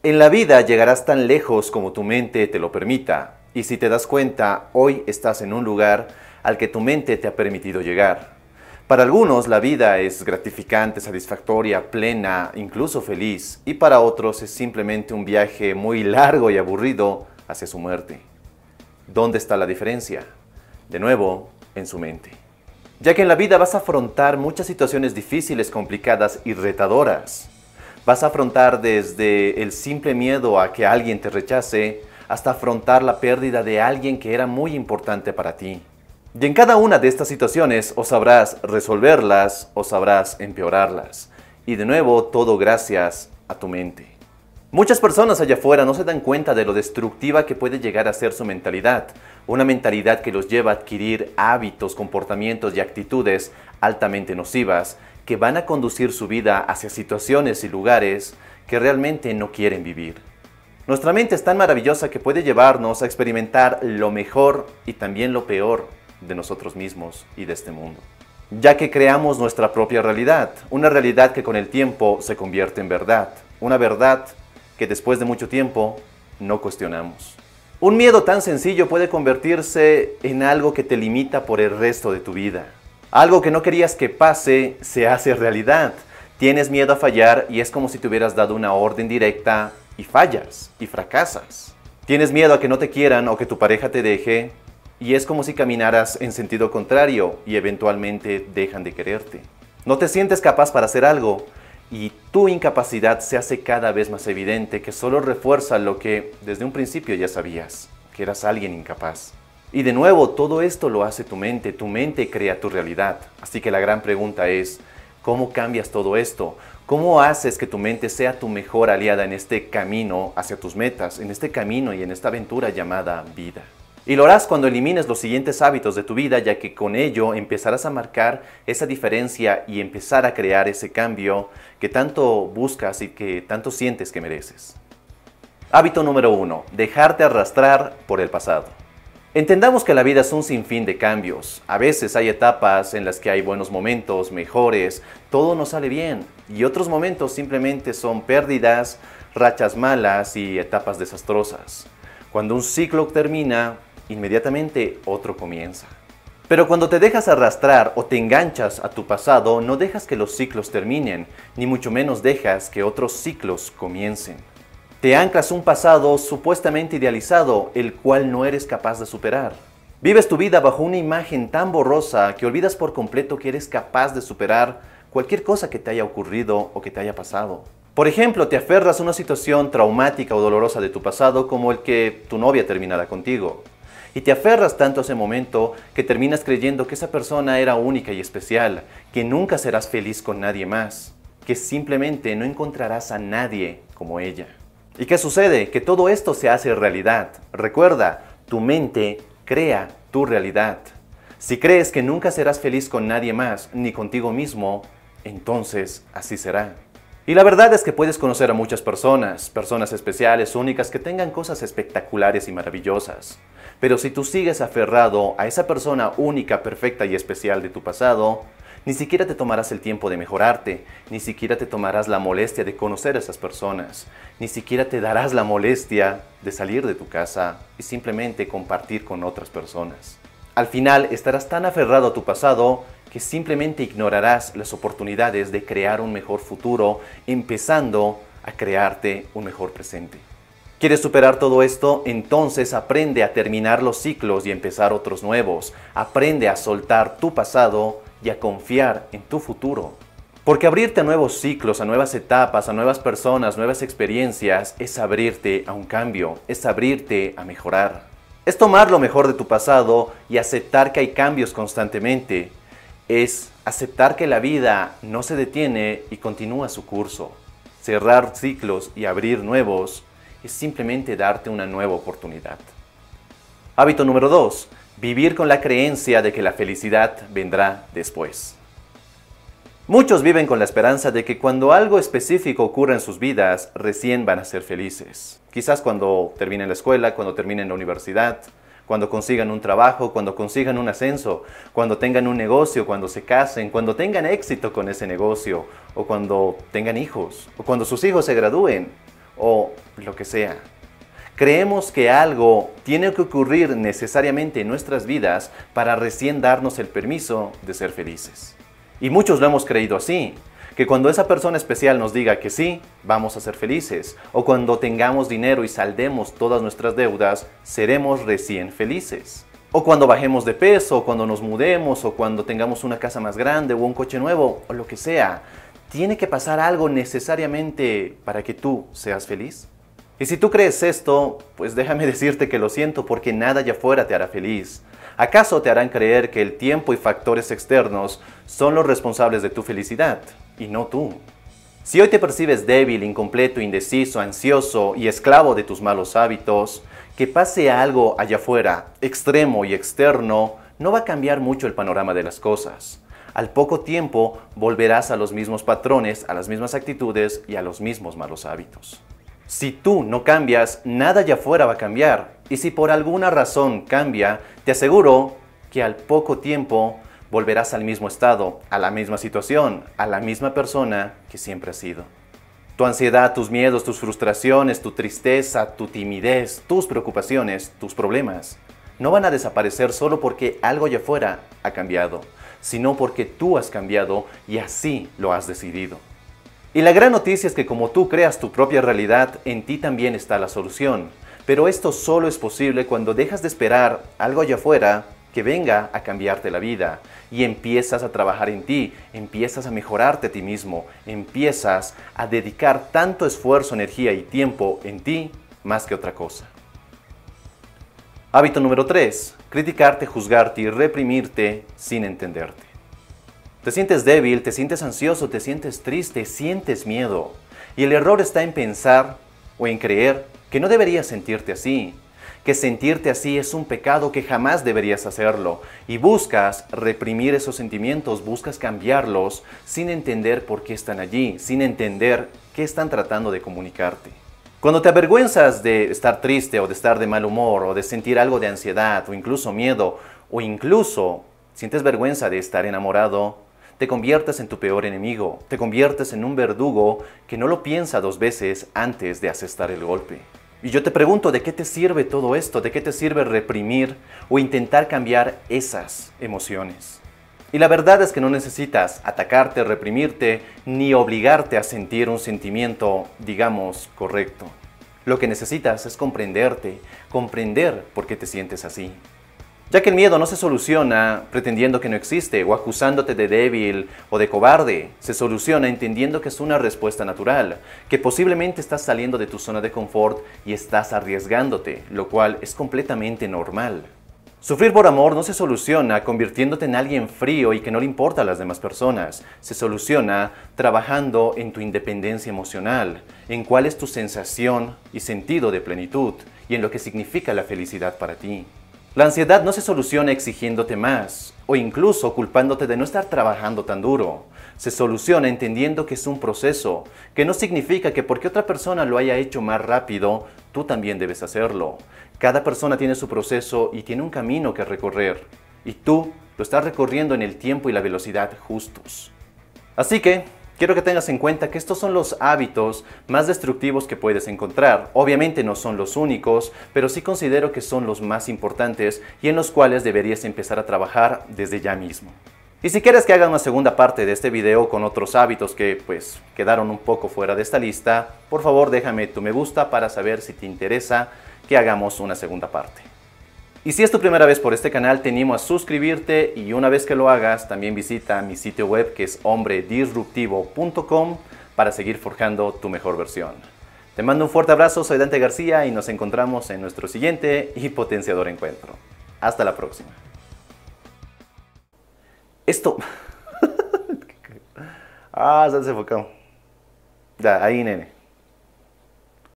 En la vida llegarás tan lejos como tu mente te lo permita, y si te das cuenta, hoy estás en un lugar al que tu mente te ha permitido llegar. Para algunos la vida es gratificante, satisfactoria, plena, incluso feliz, y para otros es simplemente un viaje muy largo y aburrido hacia su muerte. ¿Dónde está la diferencia? De nuevo, en su mente. Ya que en la vida vas a afrontar muchas situaciones difíciles, complicadas y retadoras. Vas a afrontar desde el simple miedo a que alguien te rechace, hasta afrontar la pérdida de alguien que era muy importante para ti. Y en cada una de estas situaciones o sabrás resolverlas o sabrás empeorarlas. Y de nuevo, todo gracias a tu mente. Muchas personas allá afuera no se dan cuenta de lo destructiva que puede llegar a ser su mentalidad. Una mentalidad que los lleva a adquirir hábitos, comportamientos y actitudes altamente nocivas que van a conducir su vida hacia situaciones y lugares que realmente no quieren vivir. Nuestra mente es tan maravillosa que puede llevarnos a experimentar lo mejor y también lo peor de nosotros mismos y de este mundo. Ya que creamos nuestra propia realidad, una realidad que con el tiempo se convierte en verdad, una verdad que después de mucho tiempo no cuestionamos. Un miedo tan sencillo puede convertirse en algo que te limita por el resto de tu vida. Algo que no querías que pase se hace realidad. Tienes miedo a fallar y es como si te hubieras dado una orden directa y fallas y fracasas. Tienes miedo a que no te quieran o que tu pareja te deje y es como si caminaras en sentido contrario y eventualmente dejan de quererte. No te sientes capaz para hacer algo y tu incapacidad se hace cada vez más evidente, que solo refuerza lo que desde un principio ya sabías, que eras alguien incapaz. Y de nuevo, todo esto lo hace tu mente crea tu realidad. Así que la gran pregunta es, ¿cómo cambias todo esto? ¿Cómo haces que tu mente sea tu mejor aliada en este camino hacia tus metas, en este camino y en esta aventura llamada vida? Y lo harás cuando elimines los siguientes hábitos de tu vida, ya que con ello empezarás a marcar esa diferencia y empezar a crear ese cambio que tanto buscas y que tanto sientes que mereces. Hábito número 1. Dejarte arrastrar por el pasado. Entendamos que la vida es un sinfín de cambios. A veces hay etapas en las que hay buenos momentos, mejores, todo nos sale bien. Y otros momentos simplemente son pérdidas, rachas malas y etapas desastrosas. Cuando un ciclo termina, inmediatamente otro comienza. Pero cuando te dejas arrastrar o te enganchas a tu pasado, no dejas que los ciclos terminen, ni mucho menos dejas que otros ciclos comiencen. Te anclas un pasado supuestamente idealizado, el cual no eres capaz de superar. Vives tu vida bajo una imagen tan borrosa que olvidas por completo que eres capaz de superar cualquier cosa que te haya ocurrido o que te haya pasado. Por ejemplo, te aferras a una situación traumática o dolorosa de tu pasado como el que tu novia terminara contigo. Y te aferras tanto a ese momento que terminas creyendo que esa persona era única y especial, que nunca serás feliz con nadie más, que simplemente no encontrarás a nadie como ella. ¿Y qué sucede? Que todo esto se hace realidad. Recuerda, tu mente crea tu realidad. Si crees que nunca serás feliz con nadie más, ni contigo mismo, entonces así será. Y la verdad es que puedes conocer a muchas personas, personas especiales, únicas, que tengan cosas espectaculares y maravillosas. Pero si tú sigues aferrado a esa persona única, perfecta y especial de tu pasado, ni siquiera te tomarás el tiempo de mejorarte, ni siquiera te tomarás la molestia de conocer a esas personas, ni siquiera te darás la molestia de salir de tu casa y simplemente compartir con otras personas. Al final estarás tan aferrado a tu pasado que simplemente ignorarás las oportunidades de crear un mejor futuro, empezando a crearte un mejor presente. ¿Quieres superar todo esto? Entonces aprende a terminar los ciclos y empezar otros nuevos. Aprende a soltar tu pasado y a confiar en tu futuro. Porque abrirte a nuevos ciclos, a nuevas etapas, a nuevas personas, nuevas experiencias, es abrirte a un cambio, es abrirte a mejorar. Es tomar lo mejor de tu pasado y aceptar que hay cambios constantemente. Es aceptar que la vida no se detiene y continúa su curso. Cerrar ciclos y abrir nuevos es simplemente darte una nueva oportunidad. Hábito número 2. Vivir con la creencia de que la felicidad vendrá después. Muchos viven con la esperanza de que cuando algo específico ocurra en sus vidas, recién van a ser felices. Quizás cuando terminen la escuela, cuando terminen la universidad, cuando consigan un trabajo, cuando consigan un ascenso, cuando tengan un negocio, cuando se casen, cuando tengan éxito con ese negocio, o cuando tengan hijos, o cuando sus hijos se gradúen, o lo que sea. Creemos que algo tiene que ocurrir necesariamente en nuestras vidas para recién darnos el permiso de ser felices. Y muchos lo hemos creído así, que cuando esa persona especial nos diga que sí, vamos a ser felices, o cuando tengamos dinero y saldemos todas nuestras deudas, seremos recién felices. O cuando bajemos de peso, o cuando nos mudemos, o cuando tengamos una casa más grande, o un coche nuevo, o lo que sea. ¿Tiene que pasar algo necesariamente para que tú seas feliz? Y si tú crees esto, pues déjame decirte que lo siento porque nada allá afuera te hará feliz. ¿Acaso te harán creer que el tiempo y factores externos son los responsables de tu felicidad y no tú? Si hoy te percibes débil, incompleto, indeciso, ansioso y esclavo de tus malos hábitos, que pase algo allá afuera, extremo y externo, no va a cambiar mucho el panorama de las cosas. Al poco tiempo volverás a los mismos patrones, a las mismas actitudes y a los mismos malos hábitos. Si tú no cambias, nada allá afuera va a cambiar. Y si por alguna razón cambia, te aseguro que al poco tiempo volverás al mismo estado, a la misma situación, a la misma persona que siempre has sido. Tu ansiedad, tus miedos, tus frustraciones, tu tristeza, tu timidez, tus preocupaciones, tus problemas, no van a desaparecer solo porque algo allá afuera ha cambiado, sino porque tú has cambiado y así lo has decidido. Y la gran noticia es que como tú creas tu propia realidad, en ti también está la solución. Pero esto solo es posible cuando dejas de esperar algo allá afuera que venga a cambiarte la vida y empiezas a trabajar en ti, empiezas a mejorarte a ti mismo, empiezas a dedicar tanto esfuerzo, energía y tiempo en ti más que otra cosa. Hábito número 3. Criticarte, juzgarte y reprimirte sin entenderte. Te sientes débil, te sientes ansioso, te sientes triste, sientes miedo. Y el error está en pensar o en creer que no deberías sentirte así, que sentirte así es un pecado, que jamás deberías hacerlo. Y buscas reprimir esos sentimientos, buscas cambiarlos sin entender por qué están allí, sin entender qué están tratando de comunicarte. Cuando te avergüenzas de estar triste o de estar de mal humor o de sentir algo de ansiedad o incluso miedo o incluso sientes vergüenza de estar enamorado, te conviertes en tu peor enemigo, te conviertes en un verdugo que no lo piensa dos veces antes de asestar el golpe. Y yo te pregunto, ¿de qué te sirve todo esto? ¿De qué te sirve reprimir o intentar cambiar esas emociones? Y la verdad es que no necesitas atacarte, reprimirte, ni obligarte a sentir un sentimiento, digamos, correcto. Lo que necesitas es comprenderte, comprender por qué te sientes así. Ya que el miedo no se soluciona pretendiendo que no existe o acusándote de débil o de cobarde, se soluciona entendiendo que es una respuesta natural, que posiblemente estás saliendo de tu zona de confort y estás arriesgándote, lo cual es completamente normal. Sufrir por amor no se soluciona convirtiéndote en alguien frío y que no le importa a las demás personas. Se soluciona trabajando en tu independencia emocional, en cuál es tu sensación y sentido de plenitud y en lo que significa la felicidad para ti. La ansiedad no se soluciona exigiéndote más o incluso culpándote de no estar trabajando tan duro. Se soluciona entendiendo que es un proceso, que no significa que porque otra persona lo haya hecho más rápido, tú también debes hacerlo. Cada persona tiene su proceso y tiene un camino que recorrer, y tú lo estás recorriendo en el tiempo y la velocidad justos. Así que quiero que tengas en cuenta que estos son los hábitos más destructivos que puedes encontrar. Obviamente no son los únicos, pero sí considero que son los más importantes y en los cuales deberías empezar a trabajar desde ya mismo. Y si quieres que haga una segunda parte de este video con otros hábitos que pues quedaron un poco fuera de esta lista, por favor déjame tu me gusta para saber si te interesa que hagamos una segunda parte. Y si es tu primera vez por este canal, te animo a suscribirte y una vez que lo hagas, también visita mi sitio web que es hombredisruptivo.com para seguir forjando tu mejor versión. Te mando un fuerte abrazo, soy Dante García y nos encontramos en nuestro siguiente y potenciador encuentro. Hasta la próxima. Esto... se ha desenfocado. Ya, ahí nene.